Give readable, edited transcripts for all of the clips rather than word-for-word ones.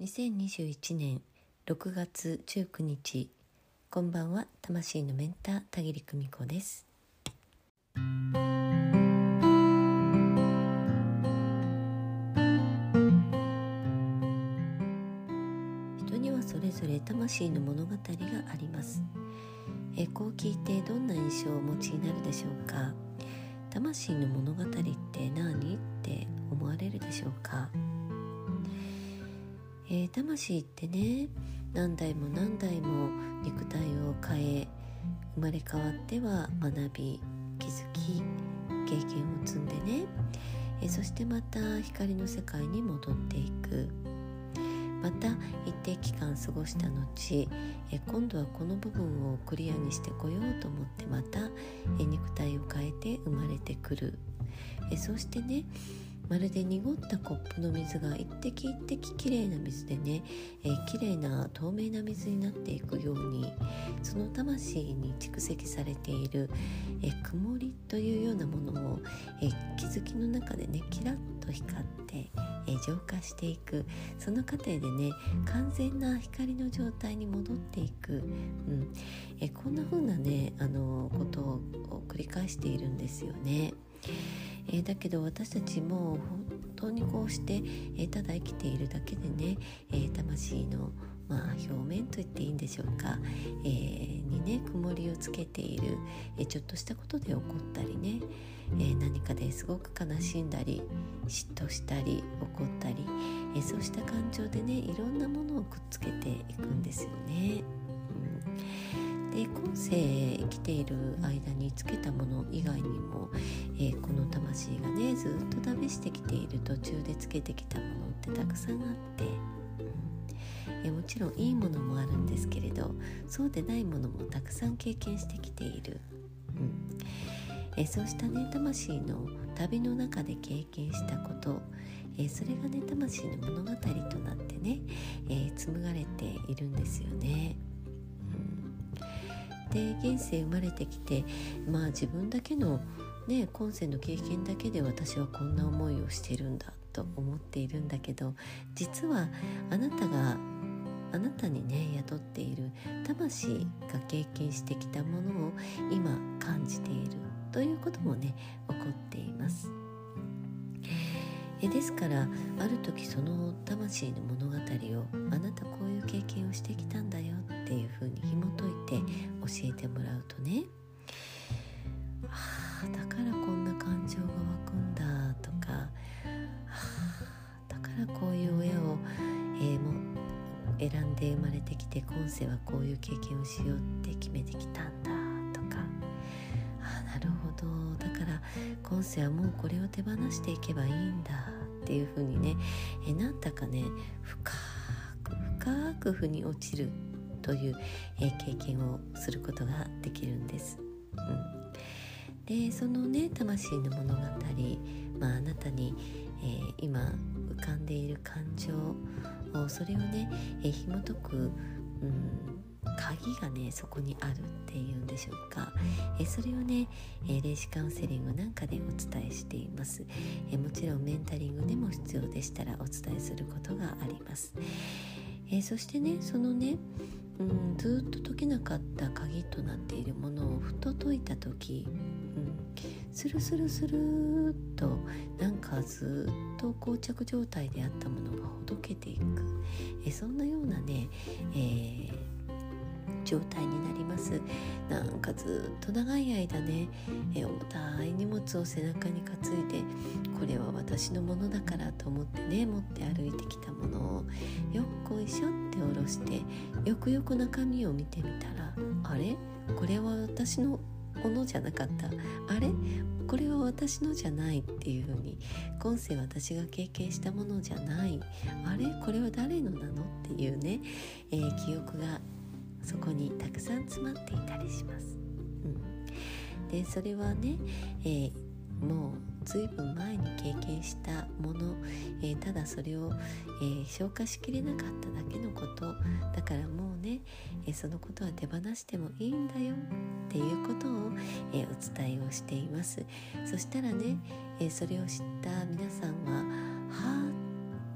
2021年6月19日、こんばんは。魂のメンター田切久美子です。人にはそれぞれ魂の物語があります。こう聞いてどんな印象をお持ちになるでしょうか。魂の物語って何って思われるでしょうか。魂ってね、何代も何代も肉体を変え、生まれ変わっては学び、気づき、経験を積んでね、そしてまた光の世界に戻っていく。また一定期間過ごした後、今度はこの部分をクリアにしてこようと思ってまた肉体を変えて生まれてくる。そしてね、まるで濁ったコップの水が一滴一滴きれいな水でね、きれいな透明な水になっていくように、その魂に蓄積されている、曇りというようなものを、気づきの中でね、キラッと光って、浄化していく。その過程でね、完全な光の状態に戻っていく、こんな風なね、ことを繰り返しているんですよね。だけど私たちも本当にこうして、ただ生きているだけでね、魂の、表面と言っていいんでしょうか、にね、曇りをつけている、ちょっとしたことで起こったりね、何かですごく悲しんだり嫉妬したり怒ったり、そうした感情でね、いろんなものをくっつけていくんですよね。で、今世生きている間につけたもの以外にも、この魂がね、ずっと旅してきている途中でつけてきたものってたくさんあって、もちろんいいものもあるんですけれど、そうでないものもたくさん経験してきている。そうしたね、魂の旅の中で経験したこと、それがね、魂の物語となってね、紡がれているんですよね。で、現世生まれてきて、自分だけのね、今世の経験だけで私はこんな思いをしてるんだと思っているんだけど、実はあなたにね、宿っている魂が経験してきたものを今感じているということもね、起こっています。ですから、ある時その魂の物語を、あなたこういう経験をしてきたんだよっていうふうに紐解いて教えてもらうとね、だからこんな感情が湧くんだとか、だからこういう親を、も選んで生まれてきて、今世はこういう経験をしようって決めてきたんだとか、なるほど、だから今世はもうこれを手放していけばいいんだっていうふうにね、なんだかね、深く腑に落ちるという、経験をすることができるんです。で、そのね、魂の物語、あなたに、今浮かんでいる感情、それをね、紐解く、鍵がね、そこにあるっていうんでしょうか。それをね、霊視カウンセリングなんかでお伝えしています。もちろんメンタリングでも必要でしたらお伝えすることがあります。そしてね、そのね、ずっと解けなかった鍵となっているものをふと解いたとき、スルっと、なんかずっと膠着状態であったものがほどけていく、そんなようなね、状態になります。なんかずっと長い間ね、重たい荷物を背中に担いで、これは私のものだからと思ってね、持って歩いてきたものをよっこいしょって下ろして、よくよく中身を見てみたら、あれ、これは私のものじゃなかった、あれ、これは私のじゃないっていう風に、今世私が経験したものじゃない、あれ、これは誰のなのっていうね、記憶がそこにたくさん詰まっていたりします。で、それはね、もうずいぶん前に経験したもの、ただそれを、消化しきれなかっただけのこと、だからもうね、そのことは手放してもいいんだよっていうことを、お伝えをしています。そしたらね、それを知った皆さんははーっと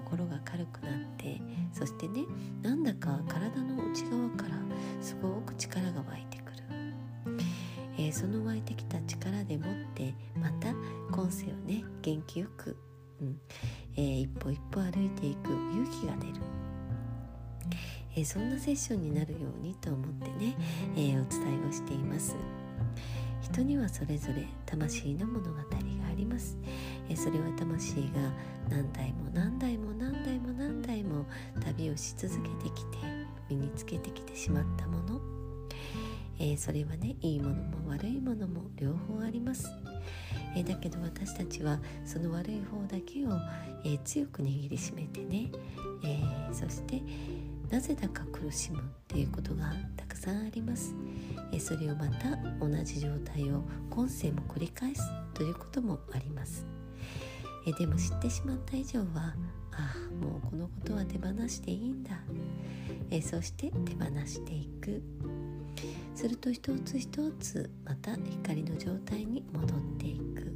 心が軽くなって、そしてね、なんだか体の内側からすごく力が湧いてくる、その湧いてきた力でもってまた今世をね元気よく、一歩一歩歩いていく勇気が出る、そんなセッションになるようにと思ってね、お伝えをしています。人にはそれぞれ魂の物語があります。それは魂が何代も何代も何代も何代も旅をし続けてきて身につけてきてしまったもの、それはね、いいものも悪いものも両方あります。だけど私たちはその悪い方だけを、強く握りしめてね、そしてなぜだか苦しむっていうことがたくさんあります。それをまた同じ状態を今世も繰り返すということもあります。でも知ってしまった以上は、もうこのことは手放していいんだ、そして手放していく。すると一つ一つまた光の状態に戻っていく、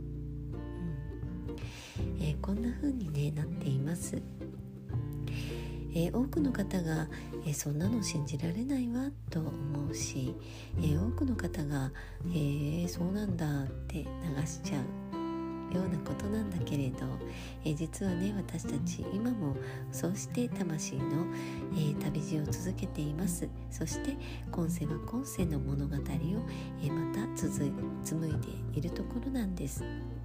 こんな風に、ね、なっています。多くの方が、そんなの信じられないわと思うし、多くの方が、そうなんだって流しちゃうようなことなんだけれど、実はね、私たち今もそうして魂の、旅路を続けています。そして今世は今世の物語を、また紡いでいるところなんです。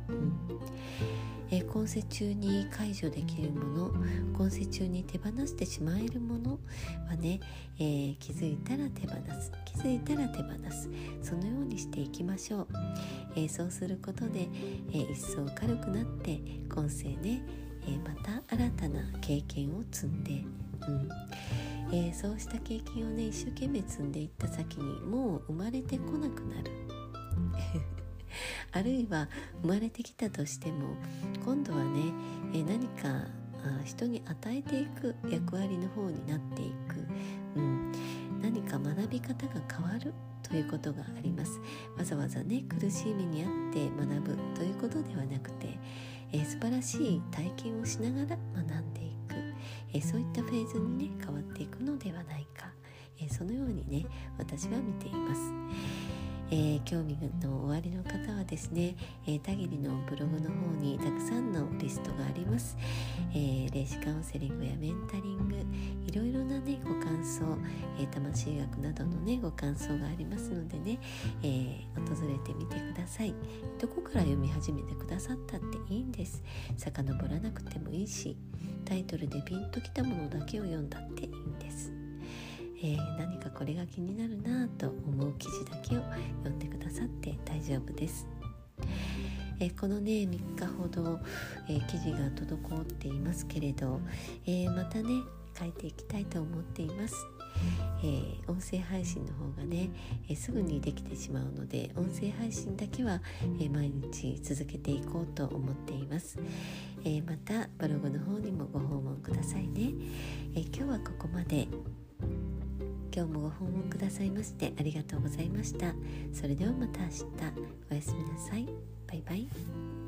今世中に解除できるもの、今世中に手放してしまえるものはね、気づいたら手放す、気づいたら手放す、そのようにしていきましょう。そうすることで、一層軽くなって今世ね、また新たな経験を積んで、そうした経験をね一生懸命積んでいった先にもう生まれてこなくなるあるいは生まれてきたとしても今度はね、何か人に与えていく役割の方になっていく、何か学び方が変わるということがあります。わざわざね苦しい目にあって学ぶということではなくて、素晴らしい体験をしながら学んでいく、そういったフェーズにね変わっていくのではないか、そのようにね私は見ています。興味のおありの方はですね、たぎりのブログの方にたくさんのリストがあります。霊視カウンセリングやメンタリング、いろいろなねご感想、魂学などのねご感想がありますのでね、訪れてみてください。どこから読み始めてくださったっていいんです。遡らなくてもいいし、タイトルでピンときたものだけを読んだっていいんです。何かこれが気になるなと思う記事だけを読んでくださって大丈夫です。このね3日ほど、記事が滞っていますけれど、またね書いていきたいと思っています。音声配信の方がね、すぐにできてしまうので音声配信だけは、毎日続けていこうと思っています。またブログの方にもご訪問くださいね。今日はここまで。今日もご訪問くださいましてありがとうございました。それではまた明日、おやすみなさい。バイバイ。